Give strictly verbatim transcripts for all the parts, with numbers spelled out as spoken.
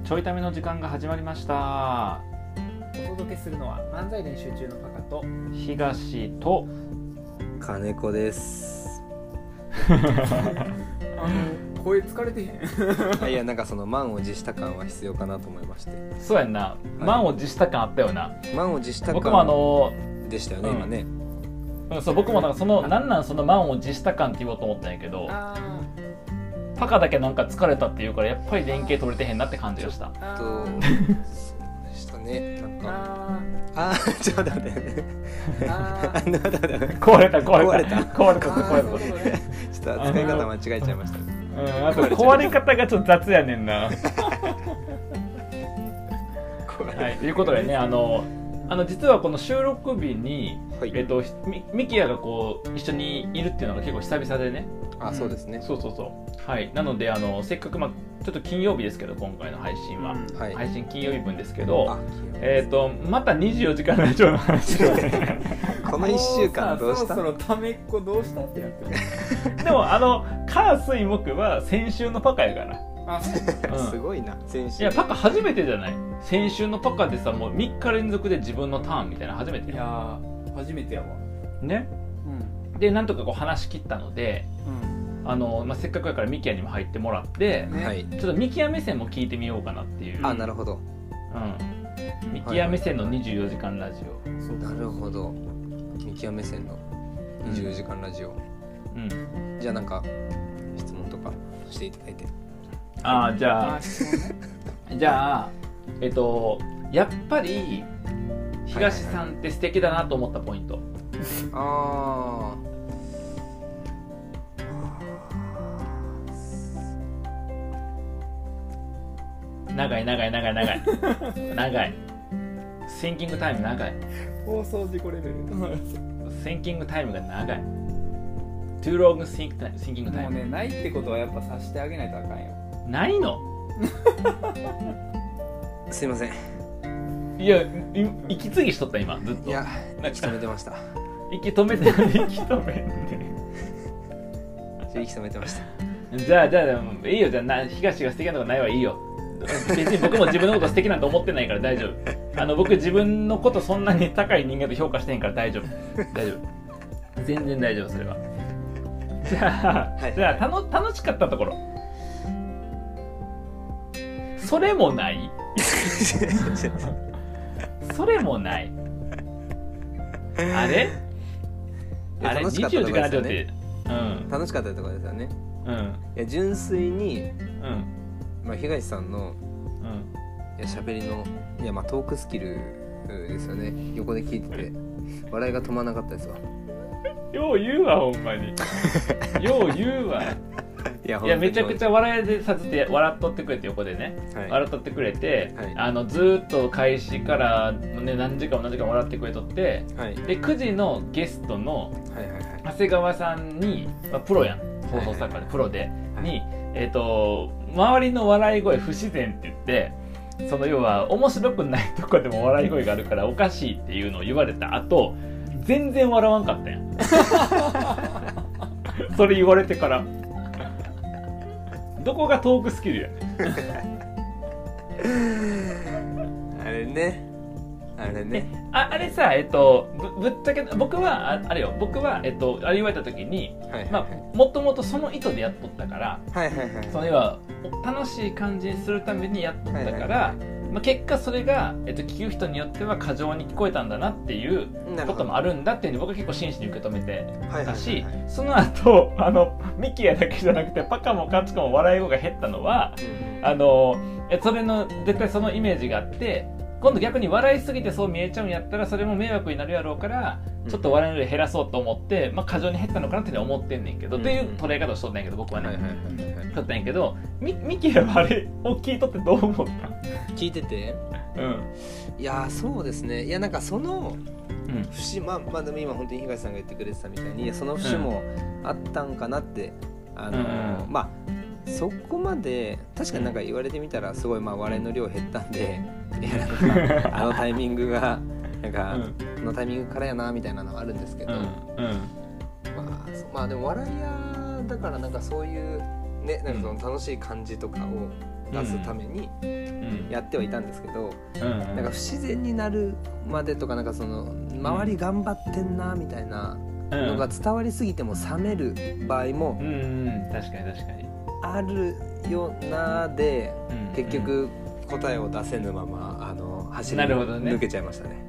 ちょいための時間が始まりました。 お届けするのは漫才練習中のパカと東と金子です。 あの声疲れてへんいやなんかその満を持した感は必要かなと思いまして。 そうやんな、はい、満を持した感あったよな。 満を持した感僕もあのでしたよね、うん、今ね、 うん、そう僕もなんかそのなんなんその満を持した感って言おうと思ったんやけど、パカだけなんか疲れたって言うからやっぱり連携取れてへんなって感じがした。 とそうでしたね。なんかああちょっと待ってああ壊れた壊れた壊れた壊れたちょっと扱い方間違えちゃいました。 うん、あと壊れ方がちょっと雑やねんな。はい、ということでね、あのあの実はこの収録日に、はい、えっとミキヤがこう一緒にいるっていうのが結構久々でね。 あ、そうですね。 うん、そうそうそう。はい。なのであのせっかくまあちょっと金曜日ですけど今回の配信は、うんはい、配信金曜日分ですけど、えっとまたにじゅうよじかんラジオの話をね。 このいっしゅうかんどうした？ そろそろためっこどうしたってなってる。 でもあの火水木は先週のパカやから。 あ、うん、すごいな。先週。 いやパカ初めてじゃない。先週のパカでさもうみっか連続で自分のターンみたいな初めて。 いや初めてやわ。 ね。うん、でなんとかこう話し切ったので。うんあのまあ、せっかくだからミキヤにも入ってもらって、ね、ちょっとミキヤ目線も聞いてみようかなっていう。 あ、なるほど、 うん、ミキヤ目線のにじゅうよじかんラジオ、 はいはい、なるほど。ミキヤ目線のにじゅうよじかんラジオ、うん、じゃあなんか質問とかしていただいて。 ああじゃあじゃあえっとやっぱり東さんって素敵だなと思ったポイント。 ああ長い長い長い長い長いシンキングタイム長い放送事故レベルシンキングタイムが長い Too long think thinking time もうねないってことはやっぱさしてあげないとあかんよ。 ないのすいません。 いや息継ぎしとった今ずっと。 いや息止めてました。 息止めて息止めて息止めてました。 じゃあじゃあいいよ。じゃあな東が素敵なとこないはいいよ。別に僕も自分のこと素敵なんて思ってないから大丈夫。あの僕自分のことそんなに高い人間と評価してへんから大丈夫大丈夫全然大丈夫それは。じゃあ、はい、じゃあたの楽しかったところそれもないそれもないあれあれにじゅうよじかんラジオって、うん、 楽しかったところですよね。 うん、 いや純粋に、 うんまあ、東さんの、うん、いや喋りのいや、まあ、トークスキルですよね。横で聞いてて笑いが止まらなかったですわ。 よう言うわほんまによう言うわ。いや, いやめちゃくちゃ笑いでさずって笑っとってくれて横でね、はい、笑っとってくれて、はい、あのずっと開始から、ね、何時間も何時間も笑ってくれとって、はい、でくじのゲストの長谷川さんに、まあ、プロやん放送作家でプロで、はい、にえっ、ー、と周りの笑い声不自然って言ってその要は面白くないとこでも笑い声があるからおかしいっていうのを言われた後全然笑わんかったやんそれ言われてからどこがトークスキルやねんあれねあれねあ, あれさえっと ぶ, ぶっちゃけ僕は あ, あれよ僕はえっとあれ言われた時に、はいはいはい、まあもともとその意図でやっとったから、はいはいはい、その要は楽しい感じにするためにやっとったから、はいはいはいまあ、結果それが、えっと、聞く人によっては過剰に聞こえたんだなっていうこともあるんだっていうのを僕は結構真摯に受け止めてたし、はいはいはいはい、その後あのミキヤだけじゃなくてパカもカチコも笑い声が減ったのは、うん、あのそれの絶対そのイメージがあって今度逆に笑いすぎてそう見えちゃうんやったらそれも迷惑になるやろうからちょっと笑いの量減らそうと思って、まあ、過剰に減ったのかなって思ってんねんけど、うん、っていう捉え方をしとったんやけど僕はね、はいはいはいはい、しとったんやけどミ, ミキヤはあれを聞いとってどう思った？ 聞いてて、うん、いやそうですね。いやなんかその節、うん、まあまあでも今本当に東さんが言ってくれてたみたいにその節もあったんかなって、うん、あのーうん、まあそこまで確かになんか言われてみたらすごいまあ笑いの量減ったんで、いやなんかあのタイミングがなんか、うん、あのタイミングからやなみたいなのはあるんですけど、うんうんまあ、まあでも笑い屋だからなんかそういうねなんかその楽しい感じとかを出すためにやってはいたんですけど、なんか不自然になるまでとか、なんかその周り頑張ってんなみたいなのが伝わりすぎても冷める場合も確かに確かにあるよなで、結局答えを出せぬままあの走り抜けちゃいましたね。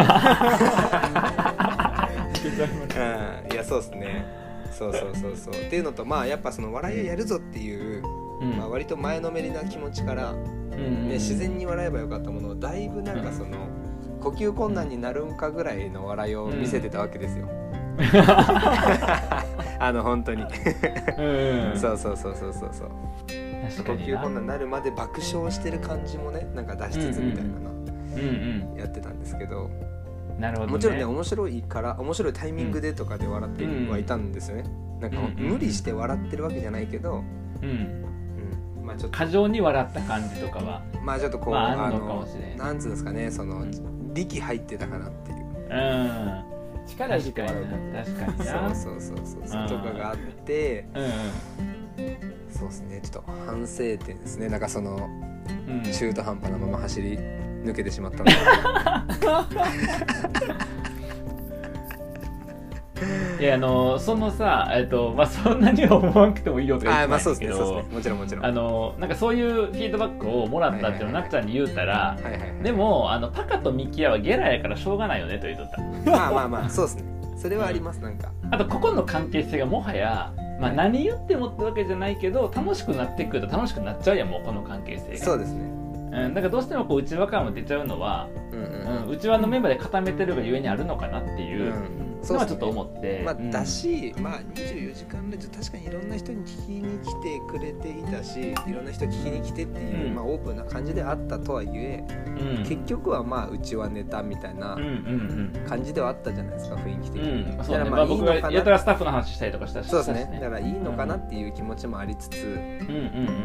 うん、いやそうですね。そうそうそうそうっていうのと、まあやっぱその笑いをやるぞっていう、まあ、割と前のめりな気持ちから、ね、自然に笑えばよかったものをだいぶなんかその呼吸困難になるんかぐらいの笑いを見せてたわけですよ。あの本当にそうそうそうそうそうそう。呼吸困難になるまで爆笑してる感じもね、なんか出しつつみたいなの、うんうん、やってたんですけど、 なるほどね、 もちろんね面白いから面白いタイミングでとかで笑ってはいたんですよね、うん、なんか無理して笑ってるわけじゃないけど、うんうん、まあちょっと過剰に笑った感じとかはまあちょっとこう、まあ、あのなんつうんですかね、その、うん、力入ってたかなっていう、うん力入って笑う確かになそうそうそうそうそうとかがあって、うんうん、そうですね、ちょっと反省点ですね。なんかその、うん、中途半端なまま走り抜けてしまったのでいやあのそのさ、えっとまあ、そんなには思わなくてもいいよとか言ってないんだけど、 もちろんもちろんあのなんかそういうフィードバックをもらったっていうのをなっちゃんに言うたら、でもあのパカとミキヤはゲラやからしょうがないよねと言うとった。 まあまあまあそうですね、それはあります。なんかあとここの関係性がもはや、まあ、何言ってもってわけじゃないけど楽しくなってくると楽しくなっちゃうやん、もうこの関係性が。 そうですね、 うん、だからどうしてもこう内輪感も出ちゃうのは、うんうんうん、内輪のメンバーで固めてるがゆえにあるのかなっていうのはちょっと思って、 まあ、だし、うん、まあ、にじゅうよじかんラジオ確かにいろんな人に聞きに来てくれていたし、いろんな人聞きに来てっていう、うん、まあ、オープンな感じであったとはいえ、うん、結局はまあうちはネタみたいな感じではあったじゃないですか、雰囲気的に、うん、 そうね、まあ、僕がやたらスタッフの話したりとかしたし、 そうですね、だからいいのかなっていう気持ちもありつつ、うんうんうん、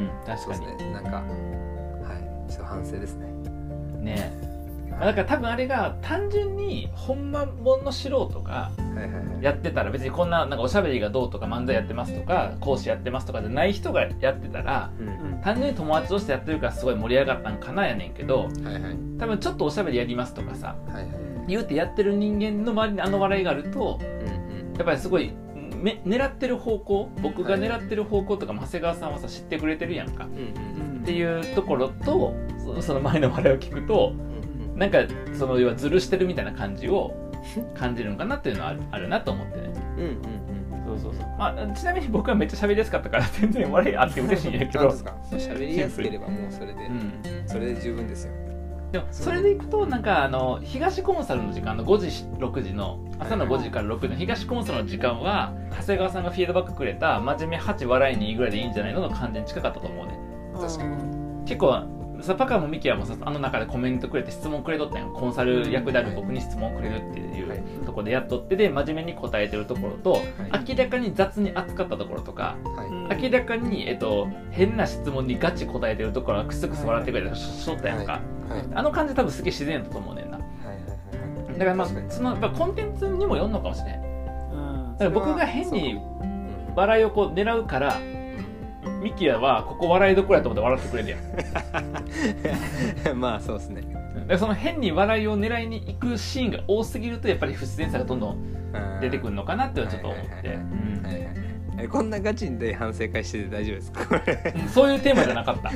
確かに、 そうですね、なんかちょっと反省ですね。 ねえ、だから多分あれが単純に本間本の素人がやってたら、別にこんななんかおしゃべりがどうとか漫才やってますとか講師やってますとかじゃない人がやってたら、うん、単純に友達としてやってるからすごい盛り上がったんかなやねんけど、はいはい、多分ちょっとおしゃべりやりますとかさ、はいはい、言うてやってる人間の周りにあの笑いがあると、うんうん、やっぱりすごいめ狙ってる方向、僕が狙ってる方向とか、はい、長谷川さんはさ知ってくれてるやんか、うんうん、っていうところとその前の笑いを聞くと、うんうん、なんかその要はずるしてるみたいな感じを感じるのかなっていうのはある、あるなと思ってね。うんうんうん、そうそうそう。まあちなみに僕はめっちゃ喋りやすかったから全然笑いあって嬉しいんやけど。 喋りやすければもうそれで、うん、それで十分ですよ。 でもそれでいくとなんかあの東コンサルの時間のごじろくじの朝のごじからろくじの東コンサルの時間は長谷川さんがフィードバックくれた真面目はち笑いにぐらいでいいんじゃないのの感じに近かったと思うね。 確かに結構さパカもミキヤもさあの中でコメントくれて質問くれとったんよ。コンサル役である僕に質問くれるっていう、はい、ところでやっとってで真面目に答えてるところと、はい、明らかに雑に扱ったところとか、はい、明らかに、えっと、変な質問にガチ答えてるところはクスクス笑ってくれたりしとったやんか、はいはい、あの感じ多分すげえ自然だと思うねんな、はいはいはい、だからまあそのやっぱコンテンツにもよんのかもしれない、うん、だから僕が変に笑いをこう狙うからミキヤはここ笑いどころやと思って笑ってくれるやんまあそうですね。 でその変に笑いを狙いに行くシーンが多すぎるとやっぱり不自然さがどんどん出てくるのかなってちょっと思ってこんなガチで反省会してて大丈夫ですかそういうテーマじゃなかった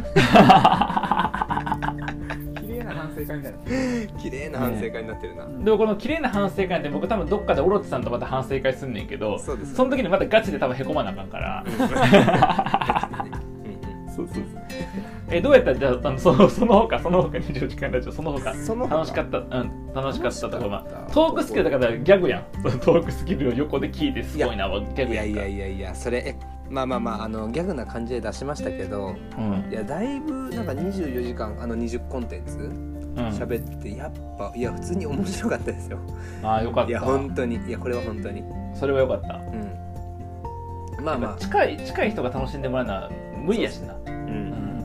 綺麗な反省会みたいな綺麗な反省会になってるな、 ね、でもこの綺麗な反省会って僕多分どっかでオロチさんとまた反省会すんねんけど そ, その時にまたガチで多分へこまなあかんからそうそうそうえどうやったらじゃあ、あの そ, その他その他にじゅうじかんラジオその他楽しかった、うん、楽しかったとか、まあ、トークスキルだからギャグやんトークスキルを横で聞いてすごいなギャグやんか。 いやいやいやいやそれえまあまあまああのギャグな感じで出しましたけど、うん、いやだいぶなんかにじゅうよじかんあのにじゅうコンテンツ喋、うん、ってやっぱいや普通に面白かったですよ。 ああよかった。 いや本当にいやこれは本当にそれはよかった。うん。 まあまあ近い近い人が楽しんでもらうのは無理やしな。 うん。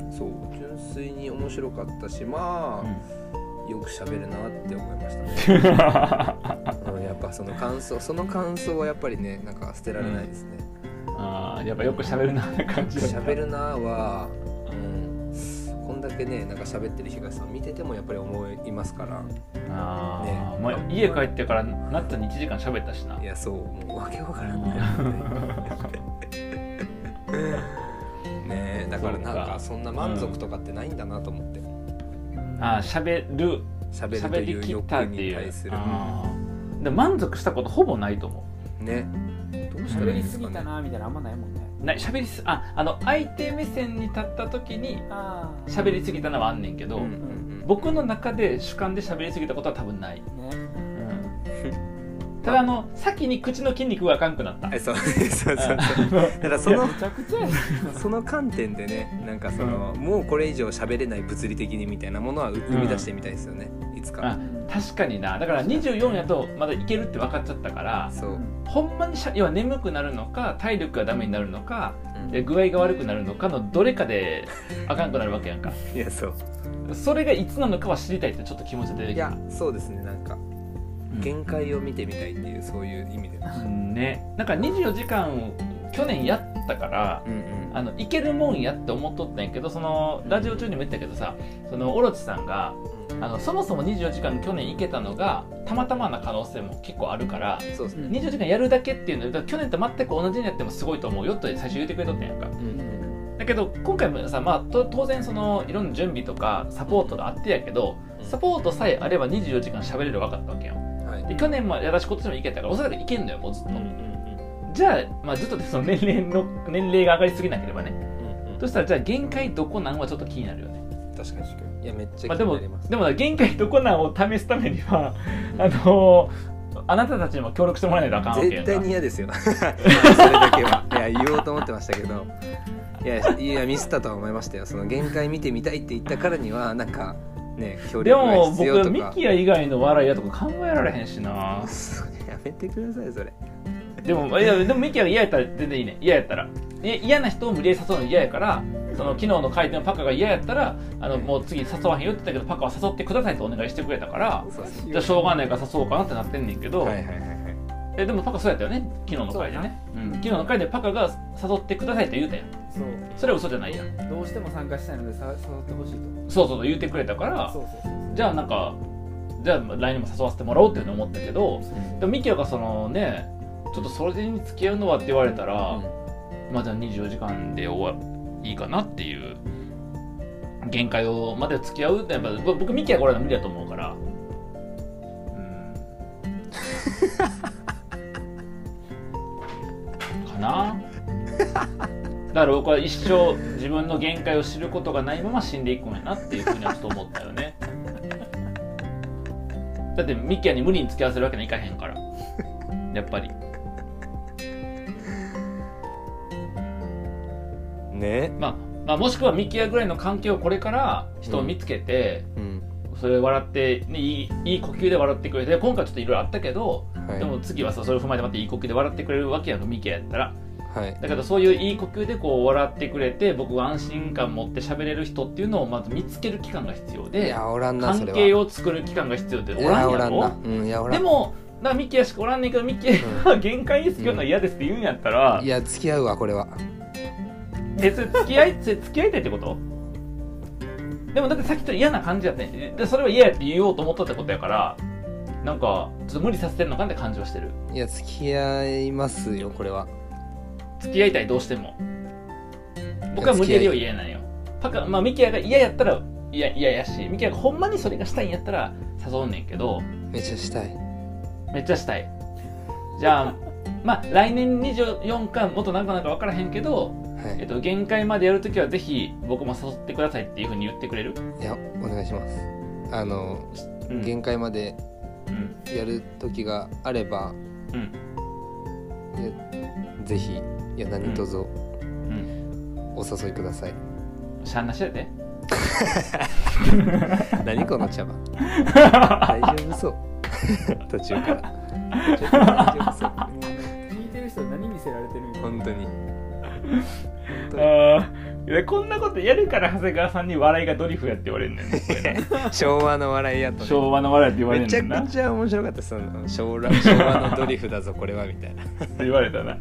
そう純粋に面白かったしまあ、うん、よく喋るなって思いましたね。やっぱその感想その感想はやっぱりねなんか捨てられないですね。 うん、ああやっぱよく喋るなって感じだった。 喋るなは、うん、 んだけねなんか喋ってる東さん見ててもやっぱり思いますから。 あ、ね、まあ、家帰ってからなったにいちじかん喋ったしな。 いやそうもうわけわからんねねえだからなんかそんな満足とかってないんだなと思って、うん、 ああ喋る喋るという欲に対する、 うん、で満足したことほぼないと思うね。どうしたらいいですかね。喋りすぎたなみたいなあんまないもんね。 ない喋りすああの相手目線に立った時に喋りすぎたのはあんねんけど、うんうんうん、僕の中で主観で喋りすぎたことは多分ない、ね、うん、ただあの先に口の筋肉があかんくなった。 そうそうそうそうだからそのその観点でねなんかその、うん、もうこれ以上喋れない物理的にみたいなものは生み出してみたいですよね、うん、いつか。 あ確かにな。だからにじゅうよんやとまだいけるって分かっちゃったからそうほんまにしゃ要は眠くなるのか体力がダメになるのか、うん、で具合が悪くなるのかのどれかであかんくなるわけやんかいやそうそれがいつなのかは知りたいってちょっと気持ち出てきた。 いやそうですねなんか限界を見てみたいっていう、うん、そういう意味で、 うんね、なんかにじゅうよじかん去年やったから、うんうん、あのいけるもんやって思っとったんやけどそのラジオ中にも言ったけどさそのオロチさんがあのそもそもにじゅうよじかん去年行けたのがたまたまな可能性も結構あるからそうです、ね、にじゅうよじかんやるだけっていうのは去年と全く同じにやってもすごいと思うよって最初言ってくれとったんやんか、うん、だけど今回もさ、まあ、当然そのいろんな準備とかサポートがあってやけどサポートさえあればにじゅうよじかん喋れる分かったわけよ、はい、で去年もやらし今年も行けたからおそらく行けんのよもうずっと、うんうんうん、じゃあ、まあ、ずっとその年齢の年齢が上がりすぎなければね、うんうん、そしたらじゃあ限界どこなんはちょっと気になるよね。 確かにいやめっちゃ気になります、 まあ、でも、でも限界どこなんを試すためにはあのあなたたちにも協力してもらわないとあかんわけやんか。 絶対に嫌ですよそれだけはいや言おうと思ってましたけどいやいやミスったとは思いましたよ。その限界見てみたいって言ったからにはなんかね協力が必要とか。 でも僕ミキヤ以外の笑いやとか考えられへんしなやめてくださいそれ。 でもいやでもミキヤが嫌やったら全然いいね。嫌やったら嫌な人を無理やり誘うの嫌やからその昨日の回でのパカが嫌やったらあのもう次誘わへんよって言ったけどパカは誘ってくださいとお願いしてくれたからじゃあしょうがないから誘おうかなってなってんねんけど、はいはいはいはい、えでもパカそうやったよね昨日の回でね、うん、昨日の回でパカが誘ってくださいって言うたやん。そうそれは嘘じゃないやん。 どうしても参加したいので誘ってほしいとそうそう言ってくれたからそうそうそうじゃあなんかじゃあ来年も誘わせてもらおうっていうふうに思ったけど、うん、でもミキヤがそのねちょっとそれに付き合うのはって言われたら、うん、まあじゃあにじゅうよじかんで終わいいかなっていう限界をまで付き合うってやっぱ僕ミキヤがこれは無理だと思うからうんかなだから僕は一生自分の限界を知ることがないまま死んでいくんやなっていうふうにはちょっと思ったよねだってミキヤに無理に付き合わせるわけにはいかへんからやっぱりねまあまあ、もしくはミキヤぐらいの関係をこれから人を見つけて、うん、それ笑って、ね、いい、いい呼吸で笑ってくれて今回ちょっといろいろあったけど、はい、でも次はさそれを踏まえてまたいい呼吸で笑ってくれるわけやろミキヤやったら、はい、だからそういういい呼吸でこう笑ってくれて僕が安心感持って喋れる人っていうのをまず見つける期間が必要でいやおらんな関係を作る期間が必要でおらんやろ、うん、いやおらんでもだからミキヤしかおらんねんけどミキヤが限界に付き合うのは嫌ですって言うんやったら、 うん、いや付き合うわこれはえそれ付き合い付き合いたいってこと？でもだってさっきと嫌な感じやったねでそれは嫌やって言おうと思ったってことやからなんかちょっと無理させてるのかって感じはしてる。 いや付き合いますよこれは。 付き合いたいどうしても僕は無理やりは嫌なんよ。パカまあミキヤが嫌やったら嫌嫌やしミキヤがほんまにそれがしたいんやったら誘うねんけどめっちゃしたいめっちゃしたいじゃあまあ来年にじゅうよんかもっと何かなんか分からへんけどはいえっと、限界までやるときはぜひ僕も誘ってくださいっていうふうに言ってくれる？ いやお願いします。あの、うん、限界までやるときがあれば、うん、ぜひいや何卒、うん、お誘いください。 しゃんなしやで何この茶番大丈夫そう途中から途中から大丈夫そう聞いてる人何見せられてるん本当にあこんなことやるから長谷川さんに笑いがドリフやって言われるんだよね昭和の笑いやと、ね、 昭和の笑いって言われるんだよな。 めちゃくちゃ面白かったその昭和、昭和のドリフだぞこれはみたいな言われたな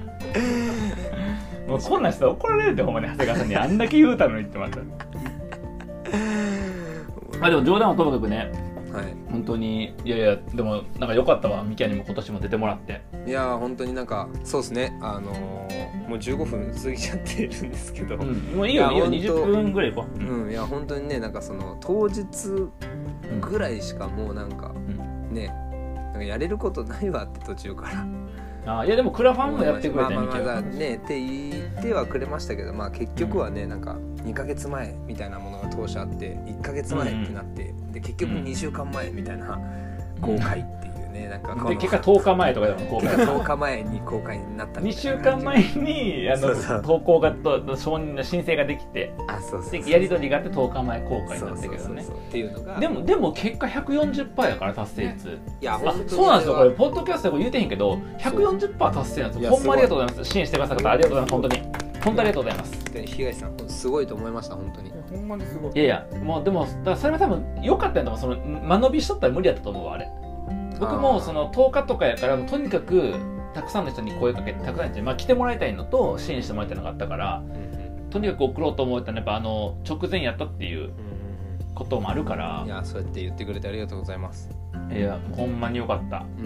もうこんな人怒られるってほんまに長谷川さんにあんだけ言うたのにってまたあでも冗談はともかくね、はい、本当にいやいやでもなんか良かったわ、ミキヤにも今年も出てもらって。 いや本当になんかそうですね、あのー、もうじゅうごふん過ぎちゃってるんですけど、うん、 もういいよいいよにじゅっぷんぐらいいこう。うん、いや本当にね、なんかその当日ぐらいしかもうなんか、うん、ねなんかやれることないわって途中からあいやでもクラファンもやってくれてみたいなねって言ってはくれましたけど、まあ結局はね、うん、なんかにかげつまえみたいなものが当初あっていっかげつまえってなって、うん、で結局にしゅうかんまえみたいな公開っていうね、なんかで結果とおかまえとかでも公開とおかまえに公開になったみたいなにしゅうかんまえにあのそうそう投稿がと承認の申請ができて、あそうそうそうそうやり取りがあってとおかまえ公開になったけどね。っていうのがでもでも結果 ひゃくよんじゅっパーセント やから達成率、いやあそうなんですよ。これポッドキャストで言うてへんけど ひゃくよんじゅっパーセント 達成なんですよ。ほんまありがとうございます。支援してくださった方ありがとうございます。本当に本当ありがとうございます。 で東さんすごいと思いました本当に。 ほんまにすごい。 いやいやもうでもだからそれは多分良かったんだもん。その間延びしとったら無理だったと思うわあれ。僕もそのとおかとかやからもうとにかくたくさんの人に声かけてたくさんの人に、まあ、来てもらいたいのと支援してもらいたいのがあったから、うんうん、とにかく送ろうと思ったのはやっぱあの直前やったっていうこともあるから、 いやそうやって言ってくれてありがとうございます。 いやほんまによかった、うん、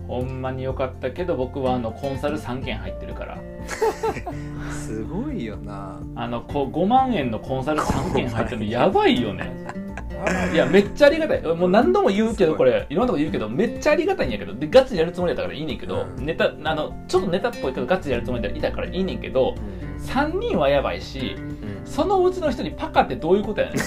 ほんまによかったけど僕はあのコンサルさんけん入ってるからすごいよな。 あのこうごまんえんのコンサルさんけん入ってるのやばいよねいやめっちゃありがたい。もう何度も言うけどこれいろんなとこ言うけどめっちゃありがたいんやけど、でガチでやるつもりだったからいいねんけど、うん、ネタあのちょっとネタっぽいけどガチでやるつもりでいたからいいねんけど、うん、さんにんはやばいし、うん、そのうちの人にパカってどういうことやねんだ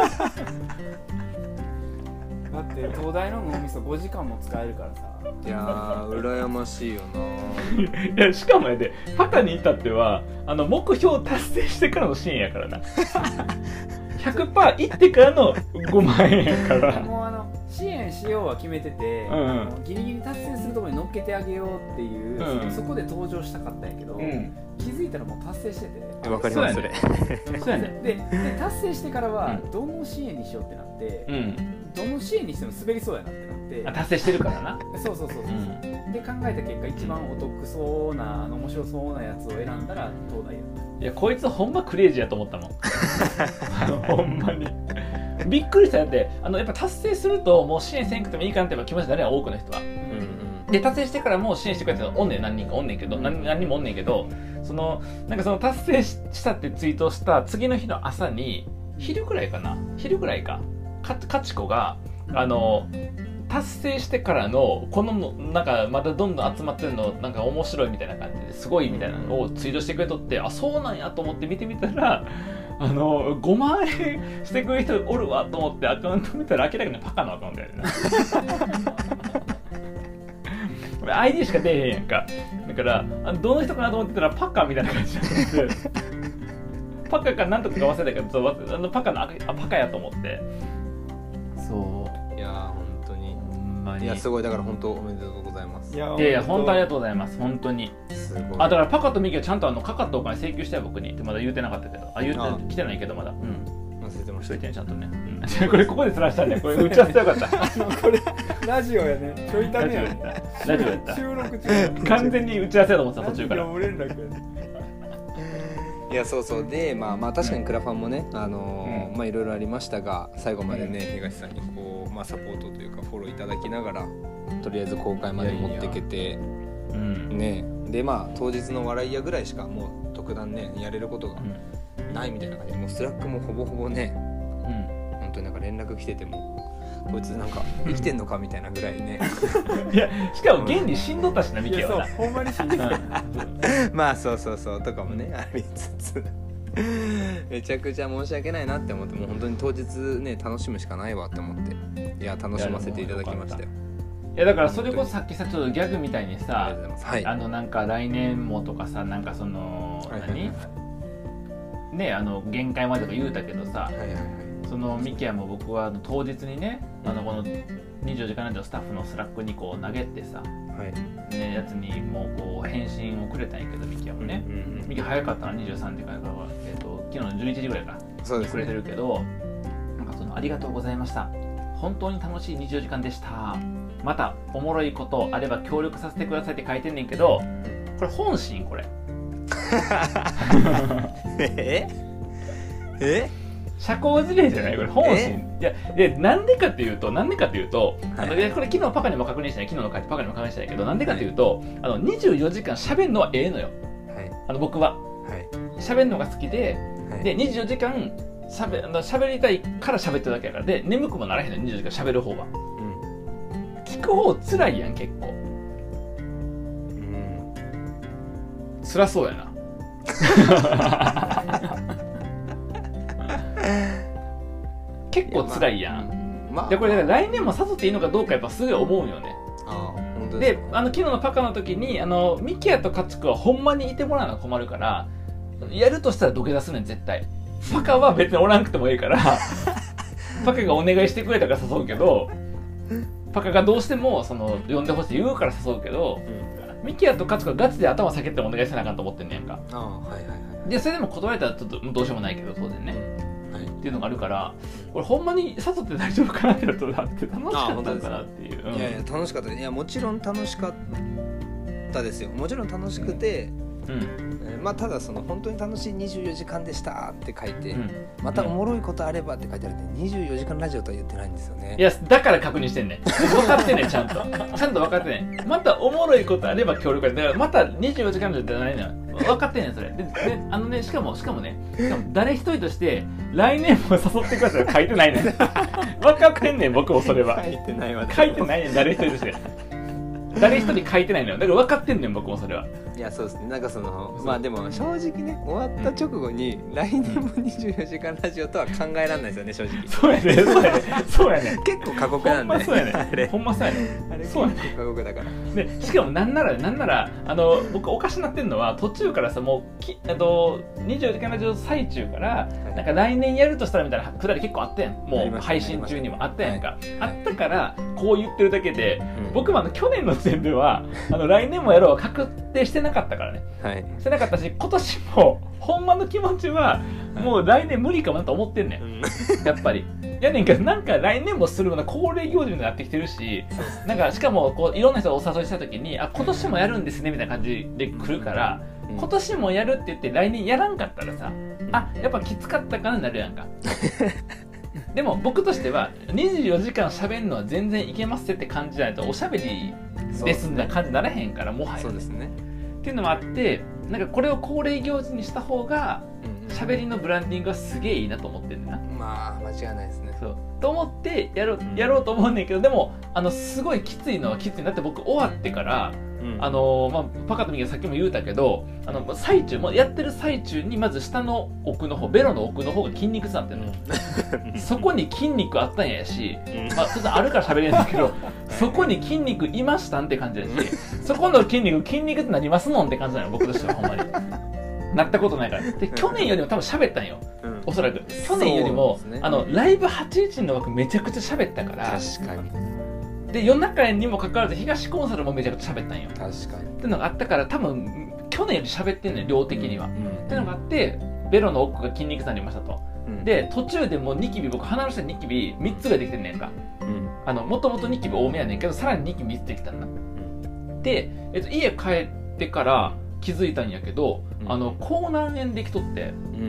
って東大の脳みそごじかんも使えるからさ。 いやー羨ましいよないやしかもねパカに至ってはあの目標達成してからの支援やからなひゃくパーセント 行ってからのごまんえんやからもうあの支援しようは決めてて、うんうん、あのギリギリ達成するところに乗っけてあげようっていう、うん、そ, そこで登場したかったんやけど、うん、気づいたらもう達成してて。 わかりますそれそうやねでで達成してからはどの支援にしようってなって、うん、どの支援にしても滑りそうやなってなってあ達成してるからなそうそうそうそう、うん、で考えた結果一番お得そうなあの面白そうなやつを選んだら東大やった。 いやこいつほんまクレイジーやと思ったもんほんまにびっくりした。だってあのやっぱ達成するともう支援せんくてもいいかなって気持ちになるやん多くの人は、うんうん、で達成してからもう支援してくれたらおんねん何人かおんねんけど、うん、何, 何人もおんねんけどそのなんかその達成したってツイートした次の日の朝に昼ぐらいかな昼ぐらいかかかちこがあの達成してからのこのなんかまだどんどん集まってるのなんか面白いみたいな感じですごいみたいなのをツイートしてくれとって、あそうなんやと思って見てみたらあのごまんえんしてくれる人おるわと思ってアカウント見たら明らかにパカのアカウントやでなアイディー しか出えへんやんか。だからあのどの人かなと思ってたらパカみたいな感じになってパカかなんとかか忘れたけどあのパカのあパカやと思ってそういや本当にほんまにいやすごいだから本当おめでとうございます。 いやいや本当ありがとうございます本当にすごい。あだからパカとミキはちゃんとあのかかったお金請求したよ僕にってまだ言うてなかったけどあ言うて来てないけどまだうん忘れてました。 ちゃんとね、うん、これここでつらしたんでこれ打ち合わせよかったこれラジオやねちょいためやねラジオやった収録中完全に打ち合わせやと思ってた途中からいやそうそうでまあまあ確かにクラファンもねあのーうん、まあいろいろありましが最後までね、うん、東さんにこう、まあ、サポートというかフォローいただきながらとりあえず公開まで持っていけていやいや、うん、ねでまあ当日の笑い屋ぐらいしかもう特段ねやれることがないみたいな感じでもうスラックもほぼほぼね、うん、本当になんか連絡来ててもこいつなんか生きてんのかみたいなぐらいねいやしかも現に死んどったしなミキはなほんまに死んでたまあそうそうそうとかもねありつつめちゃくちゃ申し訳ないなって思ってもう本当に当日ね楽しむしかないわって思っていや楽しませていただきましたよ。 いやだからそれこそさっきさちょっとギャグみたいにさ あ,、はい、あのなんか来年もとかさなんかその、はいはいはい、何ねあの限界までとか言うたけどさ、はいはいはい、そのミキヤも僕は当日にねあのこのにじゅうよじかんラジオスタッフのスラックにこう投げてさ、はいね、やつにもうこう返信をくれたんやけどミキヤもね、うんうんうん、ミキヤ早かったなにじゅうさんじからから、えー、と昨日のじゅういちじぐらいからそうです、ね、くれてるけどなんかそのありがとうございました本当に楽しいにじゅうよじかんでしたまたおもろいことあれば協力させてくださいって書いてんねんけどこれ本心これええ社交辞令じゃないこれ本心。いやでなんでかっていうとなんでかっていうと、はい、あのこれ昨日パカにも確認してない昨日の回でパカにも確認してないけどなんでかっていうと、はい、あのにじゅうよじかん喋るのはええのよ、はい、あの僕は喋、はい、るのが好きで、はい、でにじゅうよじかんしゃべ喋りたいから喋ってるだけやからで眠くもならへんのにじゅうよじかん喋る方は、うん、聞く方つらいやん結構、うん、辛そうやな結構辛いやん、まあ、でこれ来年も誘っていいのかどうかやっぱすごい思うよね。あ本当ですか。であの昨日のパカの時にあのミキヤとカチクはほんまにいてもらうのは困るからやるとしたら土下座するねん絶対。パカは別におらんくてもいいからパカがお願いしてくれたから誘うけどパカがどうしてもその呼んでほしい言うから誘うけど、うん、ミキヤとカチクはガチで頭下げてお願いせなあかんと思ってんねやんか。あ、はいはいはい、でそれでも断れたらちょっとどうしようもないけど当然ね、うんはい、っていうのがあるからこれほんまに誘って大丈夫かなってなとだって楽しかったのかなっていう、うん、 いやいや楽しかった。いやもちろん楽しかったですよ。もちろん楽しくて、うんえー、まあただその本当に楽しいにじゅうよじかんでしたって書いて、うん、またおもろいことあればって書いてあるんでにじゅうよじかんラジオとは言ってないんですよね。 いやだから確認してんねん分かってんねんちゃんとちゃんと分かってんねん。またおもろいことあれば協力だからまたにじゅうよじかんじゃないのよ分かってんねんそれでであのねしかもしかもねしかも誰一人として来年も誘ってください書いてないねん分かってんねん僕もそれは書いてないわ書いてないねん誰一人として誰一人書いてないのよだから分かってんねん僕もそれは。 いやそうですねなんかそのまあでも正直ね終わった直後に、うん、来年もにじゅうよじかんラジオとは考えられないですよね正直。 そうやねそうやねそうやね結構過酷なんでほんまそうやねあれほんまそうやねあれ結構過酷だからでしかもなんならなんならあの僕おかしなってんのは途中からさもうきあとにじゅうよじかんラジオ最中から、はい、なんか来年やるとしたらみたいなくだり結構あったやんもう配信中にもあったやんか、はい、あったからこう言ってるだけで、うん、僕もあの去年の時点ではあの来年もやろうは確定してなかったからね、はい、してなかったし今年もほんまの気持ちはもう来年無理かもなと思ってんねん、うん、やっぱりやねんけどなんか来年もするような恒例行事になってきてるしなんかしかもこういろんな人がお誘いした時にあ今年もやるんですねみたいな感じで来るから、うん、今年もやるって言って来年やらんかったらさ、うん、あやっぱきつかったかなになるやんかでも僕としてはにじゅうよじかん喋るのは全然いけますって感じじゃないとおしゃべりですみたいな感じにならへんからもはや、ね、 そうですねっていうのもあってなんかこれを恒例行事にした方が喋りのブランディングはすげえいいなと思ってるんだな。 まあ間違いないですね。 そうと思ってやろう、やろうと思うねんけどでもあのすごいきついのはきついなって僕終わってから、うん、あのまあパカとミキがさっきも言うたけどあの最中もやってる最中にまず下の奥の方ベロの奥の方が筋肉痛になってるの、うん、そこに筋肉あったんやし、うん、まあちょっとあるから喋れるんですけどそこに筋肉いましたんって感じだしそこの筋肉筋肉ってなりますもんって感じなの僕としてはほんまになったことないからで去年よりも多分喋ったんよ、うん、おそらく去年よりも、ね、あのライブはちじゅういちの枠めちゃくちゃ喋ったから確かにで夜中にもかかわらず東コンサルもめちゃくちゃ喋ったんよ確かにっていうのがあったから多分去年より喋ってんのよ量的には、うんうん、っていうのがあってベロの奥が筋肉痛になりましたと、うん、で途中でもうニキビ僕鼻の下にニキビみっつができてんねんか、うん、あのもともとニキビ多めやねんけどさらにニキビみっつできたんだ、うん、で、えっと、家帰ってから気づいたんやけど、うん、あの口内炎できとって、うん、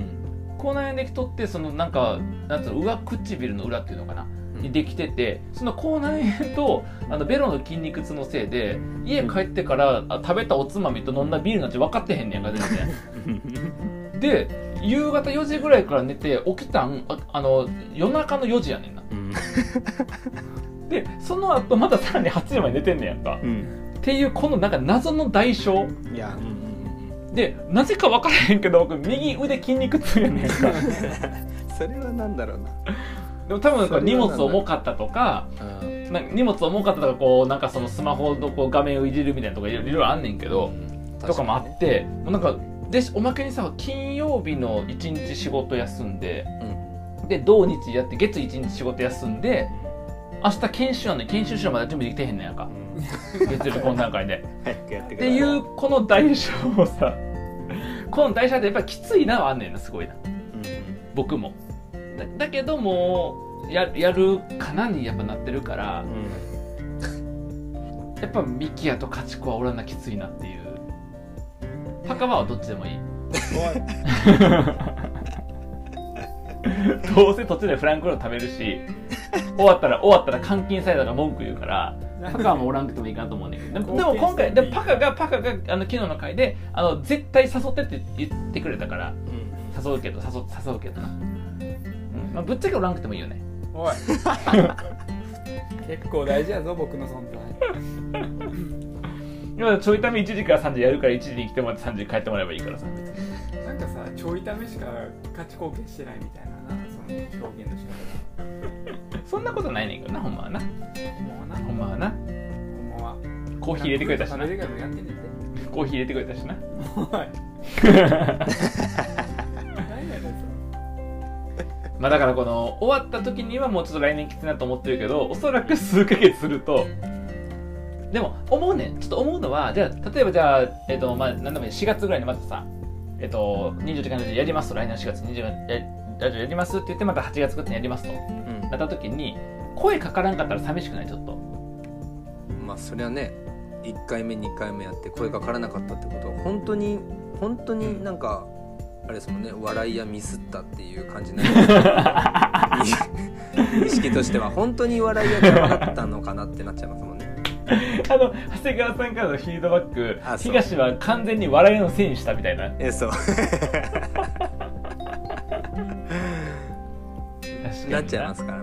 口内炎できとってそのなんかなんつうの上唇の裏っていうのかな、うん、にできててその口内炎とあのベロの筋肉痛のせいで家帰ってから食べたおつまみと飲んだビールなんて分かってへんねんか全然で夕方よじぐらいから寝て起きたん あ, あの夜中のよじやねんな、うん、でその後またさらにはちじまで寝てんねんやんか、うん、っていうこのなんか謎の代償いや、うん、でなぜか分からへんけど僕右腕筋肉痛やねんかそれはなんだろうなでも多分なんか荷物重かったとか、うん、なんか荷物重かったとかこうなんかそのスマホのこう画面をいじるみたいなとかいろいろあんねんけど、うん、とかもあってもうなんかでおまけにさ金曜日のいちにち仕事休んで、うん、で土日やって月いちにち仕事休んで明日研修なんで研修しろまだ準備できてへんねんやんか、うん、月曜日この段階でっていうこの代償をさこの代償ってやっぱりきついなはあんねんなすごいな、うん、僕も だ, だけども や, やるかなにやっぱなってるから、うん、やっぱミキヤとカチコはおらなきついなっていうパカバはどっちでもいいどうせ途中でフランクフルト食べるし終わったら終わったら監禁されたら文句言うからパカはもうおらんくてもいいかなと思うんだけど、でも、でも今回でもパカがパカがあの昨日の回であの絶対誘ってって言ってくれたから、うん、誘うけど誘誘うけどな、うんまあ、ぶっちゃけおらんくてもいいよね。 おい結構大事やぞ僕の存在。 今ちょいためいちじからさんじやるからいちじに来てもらってさんじに帰ってもらえばいいからさ。 なんかさちょいためしか価値貢献してないみたいなな、その表現の仕方。 そんなことないねんけどな、ほんまはな。ほんまはな。ほんまは。 コーヒー入れてくれたしな。 コーヒー入れてくれたしな。 おい。 まあだからこの終わった時にはもうちょっと来年きついなと思ってるけど、おそらく数ヶ月すると。でも思うねん、ちょっと思うのは、じゃあ例えばじゃあえっ、ー、とまあなんでもいいしがつぐらいにまたさ、えっ、ー、とにじゅうよじかんラジオやりますと、来年のしがつにじゅうよじかんラジオやりますって言ってまたはちがつぐらいにやりますと、うん、なった時に声かからんかったら寂しくない？ちょっと。 まあそりゃね、いっかいめにかいめやって声かからなかったってことは本当に本当になんかあれですもんね、笑いやミスったっていう感じになる意識としては本当に笑いや邪魔だったのかなってなっちゃいますもんね。 あの長谷川さんからのフィードバック、東は完全に笑いのせいにしたみたいな。 えそうなっちゃいますから、うん、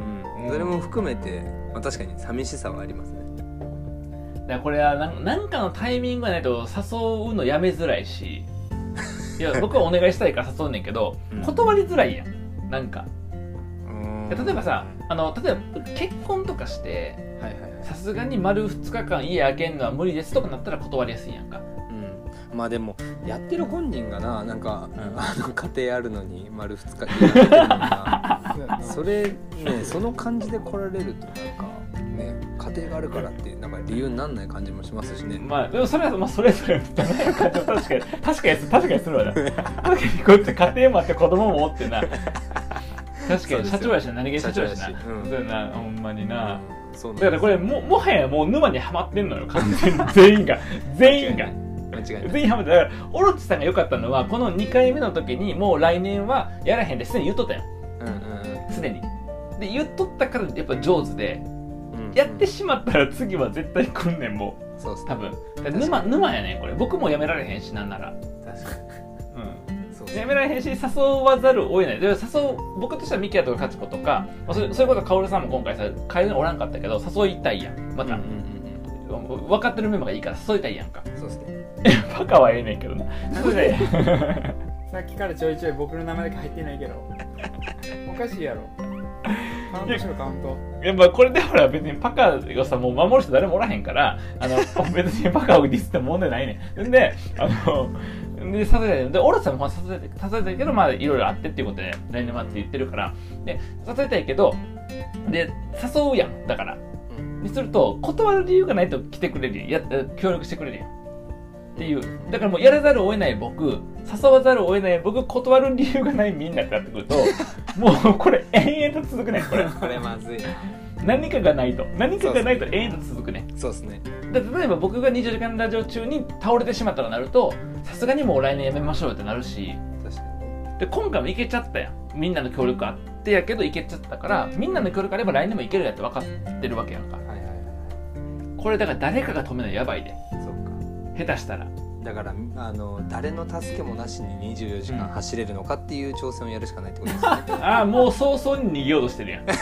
それも含めて、まあ、確かに寂しさはありますね。 だからこれは何かのタイミングがないと誘うのやめづらいし、いや僕はお願いしたいから誘うねんけど、うん、断りづらいやん。なんか例えばさ、あの例えば結婚とかしてさすがに丸ふつかかん家開けるのは無理ですとかなったら断りやすいやんか。 うん、まあでもやってる本人がな、なんか、うん、あの家庭あるのに丸ふつか家開けてるのになそれね、その感じで来られるとなんかね、家庭があるからってなんか理由にならない感じもしますしね。 まあでもそれはまあそれぞれじゃない感じも確かに確かに確かにするわな。確かにこうやって家庭もあって子供もおってな。確かに社長やしな、何気に社長やしな。そうやな、ほんまにな。だからこれ も, もはやもう沼にはまってんのよ、完全に全員が全員が間違いない、 全員はまって。だからオロチさんが良かったのはこのにかいめの時にもう来年はやらへんですでに言っとったよ。すで、うんうん、にで言っとったからやっぱ上手で、うんうん、やってしまったら次は絶対来んねん。もうそう多分沼沼やねんこれ。僕もやめられへんし、なんなら確かに、うんそうそう、やめられへんし誘わざるを得ない。で誘う僕としてはミキヤとかカチコとか、まあ、そ, そういうことはカオルさんも今回さ会場におらんかったけど誘いたいやんまた、うんうんうん、分かってるメンバーがいいから誘いたいやんか。 そうですね。 バカはええねんけどな。 さっきからちょいちょい僕の名前だけ入ってないけどおかしいやろ。カウントしろカウント。 やっぱこれでほら別にパカがさもう守る人誰もおらへんから、あの別にパカをディスっても問題ないねん。であので誘いたいで、オロチさんも誘いたい誘いたいけど、まあいろいろあってっていうことで来年末って言ってるから、で誘いたいけどで誘うやん。だからにすると断る理由がないと来てくれるやん、や協力してくれるやんっていう。だからもうやらざるを得ない僕、誘わざるを得ない僕、断る理由がないみんなってなってくるともうこれ延々と続くね。これこれまずい。 何かがないと何かがないと延々と続くね。 そうですね。 で例えば僕がにじゅうじかんラジオ中に倒れてしまったらなると、さすがにもう来年やめましょうってなるし、確かに。で今回もいけちゃったやん。みんなの協力あってやけどいけちゃったから、みんなの協力あれば来年もいけるやって分かってるわけやんか。はいはいはい。これだから誰かが止めないとやばいで。そうか。下手したら。 だからあの誰の助けもなしににじゅうよじかん走れるのかっていう挑戦をやるしかないってことですね。 ああ、もう早々に逃げようとしてるやん。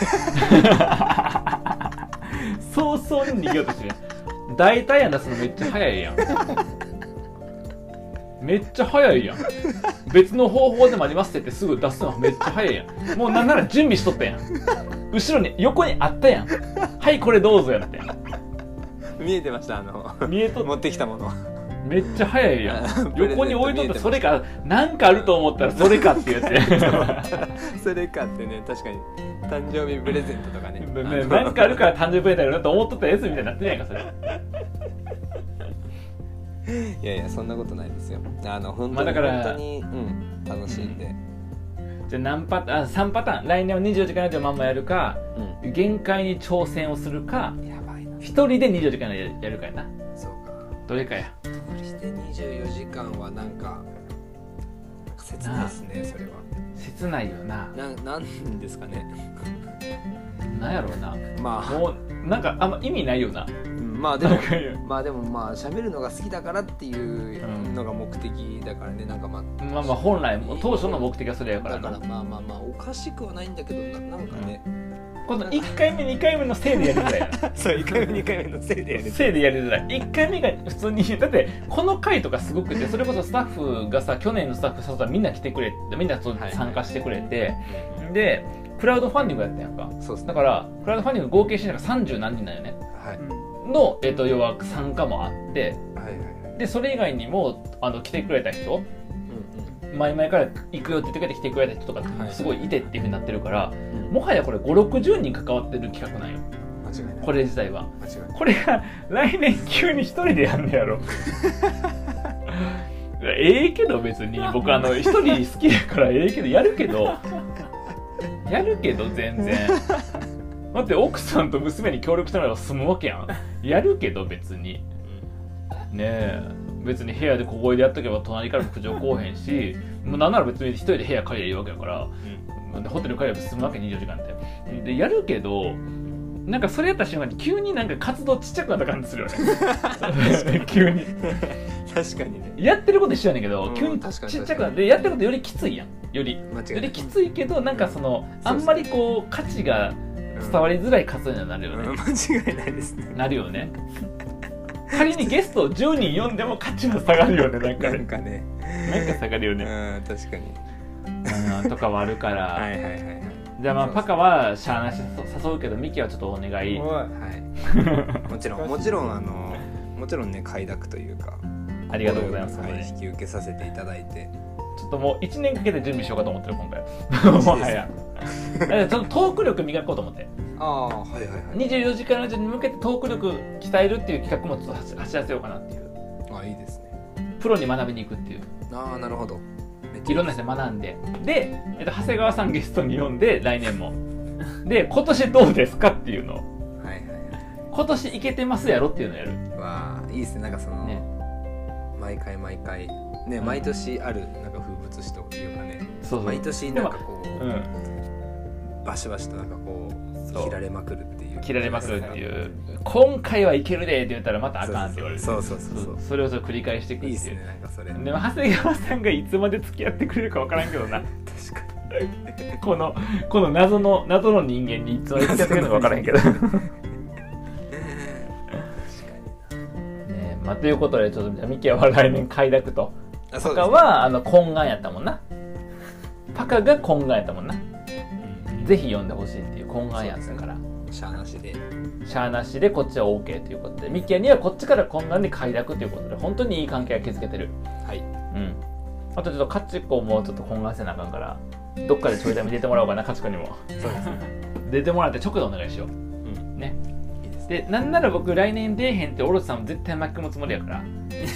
早々に逃げようとしてるやん。大体やん出すのめっちゃ早いやん。めっちゃ早いやん。別の方法でもありますって言ってすぐ出すのめっちゃ早いやん。もうなんなら準備しとったやん。後ろに横にあったやん。はいこれどうぞやって。 見えてました、あの見えと持ってきたもの。 めっちゃ早いやん。横に置いとってそれかなんかあると思ったらそれかって言ってそれかってね、確かに誕生日プレゼントとかねね、なんかあるから誕生日プレゼントだと思っとったやつみたいになってないかそれ。 いやいやそんなことないですよ。あの本当に、まあ、だから本当に、うん、楽しんで、 うん、じゃあ何パターン、さんパターン。来年はにじゅうよじかんラジオまんまやるか、うん、限界に挑戦をするか、やばいな、一人でにじゅうよじかんやるかやな。そうか、どれかや。 一人でにじゅうよじかんはなんか切ないですね。それは切切ないよな。 ななんですかね。 なんやろうな。 まあもうなんかあんま意味ないよな。 まあでもまあでもまあ喋るのが好きだからっていうのが目的だからね、なんかまあまあまあ本来当初の目的はそれやからな。だからまあまあまあおかしくはないんだけど な, なんかね、 このいっかいめにかいめのせいでやりづらいな。 そういっかいめにかいめのせいでやりづらい。 せいでやりづらい。いっかいめが普通にだってこの回とかすごくて、それこそスタッフがさ去年のスタッフ誘ったらみんな来てくれてみんなそう参加してくれて、はい、でクラウドファンディングやったやんか。 そうですね。 だからクラウドファンディング合計してなんかさんじゅうなんにんなんよね。 はい。 の、えー、と要は参加もあって、 はいはいはい、でそれ以外にもあの来てくれた人、うんうん、前々から行くよって言ってくれて来てくれた人とかすごいいてっていう風になってるから、はいはい、もはやこれごじゅうろくじゅうにん関わってる企画なんよ。 間違いない。 これ自体は間違いない。 これが来年急に一人でやんねやろ。ええけど別に僕あの一人好きやからええけどやるけどやるけど全然だって奥さんと娘に協力してもらえば済むわけやん。やるけど別にねえ、別に部屋で小声でやっとけば隣からも苦情こうへんし、もうなんなら別に一人で部屋借りりゃいいわけやから、うん、ホテル借りれば済むわけにじゅうよじかんででやるけど、なんかそれやった瞬間に急になんか活動ちっちゃくなった感じするよね。急に確かにね、 やってること一緒やねんけど、うん、急にちっちゃくなってやってることよりきついやん。よりよりきついけど、なんかその、うん、あんまりこう価値が伝わりづらい活動にはなるよね、 うん、間違いないですね。 なるよね。仮にゲストをじゅうにん呼んでも価値は下がるよね。なんかね、 なんかね、 なんか下がるよね。 うん、確かに。 うん、とかはあるからはいはいはいはい。 じゃあまあパカはしゃあなし誘うけどミキはちょっとお願い。 はい。もちろんもちろんあのもちろんね快諾というかありがとうございます。 はい、引き受けさせていただいて。 ちょっともういちねんかけて準備しようかと思ってる今回。もはや。ちょっとトーク力磨こうと思って。 ああはいはいはい。 にじゅうよじかんラジオに向けてトーク力鍛えるっていう企画もちょっと走らせようかなっていう。 ああいいですね。 プロに学びに行くっていう。 ああなるほど。 いろんな人で学んで、で、えっと、長谷川さんゲストに呼んで来年も。で今年どうですかっていうのを。はいはいはい。今年いけてますやろっていうのをやる。 わあいいですね。なんかその、ね、毎回毎回ね、うん、毎年あるなんか風物詩というかね。そうそう。毎年なんかこう、うん、バシバシとなんかこう切られまくるっていう。 切られまくるっていう。今回はいけるでって言ったらまたあかんって言われる。 そうそうそうそう。 それをそれ繰り返していくっていう。いいですねなんかそれ。 でも長谷川さんがいつまで付き合ってくれるかわからんけどな。 確かに。 このこの謎の謎の人間にいつまで付き合ってくれるのかわからんけど。確かに。ね、まあということでちょっとミキは来年快諾と。パカはあの懇願やったもんな。パカが懇願やったもんな。ぜひ呼んでほしいっていう懇願やったから。 しゃあなしで。 しゃあなしでこっちは OK ということで、ミキヤにはこっちから懇願で快諾ということで、本当にいい関係が築けてる。 はい。うん。 あとちょっとカチコもちょっと懇願せなあかんから、どっかでちょいため出てもらおうかな、カチコにも。そうですね。出てもらって直でお願いしよう。うん。ね。いいですね。で、なんなら僕来年出えへんってオロチさんも絶対巻き込むつもりやから。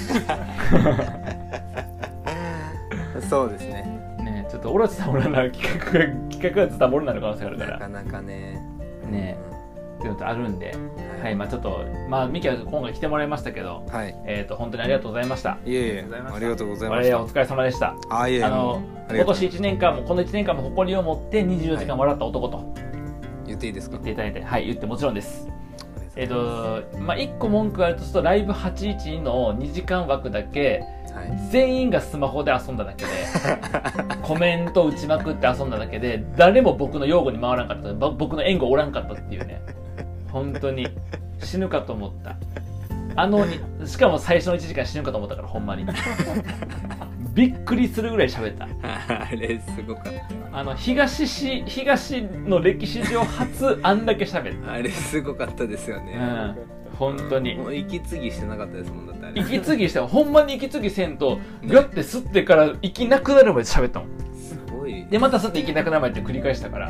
そうですね。 ね、ちょっとオロチさんおらな企画が企画がずっとボロになる可能性があるから。 なかなかね。 ね。っていうのとあるんで、はい、はい、まあちょっとまあミキは今回来てもらいましたけど、はい、えっ、ー、と本当にありがとうございました。 いえいえ、ありがとうございました。 お疲れ様でした。 あ、いえいえ、 あの今年いちねんかんもこのいちねんかんも誇りを持ってにじゅうよじかんもらった男と、はい、 言っていいですか？ 言っていただいて、はい、言ってもちろんです。えっ、ー、とまあいっこ文句があるとするとライブはちいちのにじかん枠だけ、はい、全員がスマホで遊んだだけでコメント打ちまくって遊んだだけで誰も僕の用語に回らんかった、僕の援護おらんかったっていうね。本当に死ぬかと思った。あのにしかも最初のいちじかん死ぬかと思ったからほんまにびっくりするぐらい喋った。 あれすごかった。 あの東市東の歴史上初あんだけ喋った。 あれすごかったですよね。うん、 本当に。 もう息継ぎしてなかったですもんだってあれ。 息継ぎしてほんまに息継ぎせんとガッて吸ってから息なくなるまで喋ったもん。 すごい。 でまた吸って息なくなるまでって繰り返したから。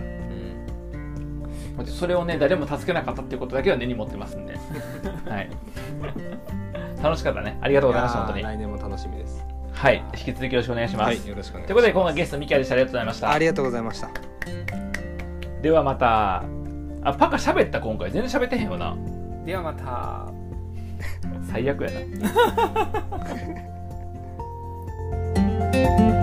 それをね誰も助けなかったっていうことだけは根に持ってますんで、はい、楽しかったね。ありがとうございました。本当に来年も楽しみです。 はい、引き続きよろしくお願いします。はい、 よろしくお願いします。 ということで今回ゲストミキヤでした。ありがとうございました。 ありがとうございました。 ではまた。あ、パカ喋った今回全然喋ってへんよな。 ではまた。 最悪やな。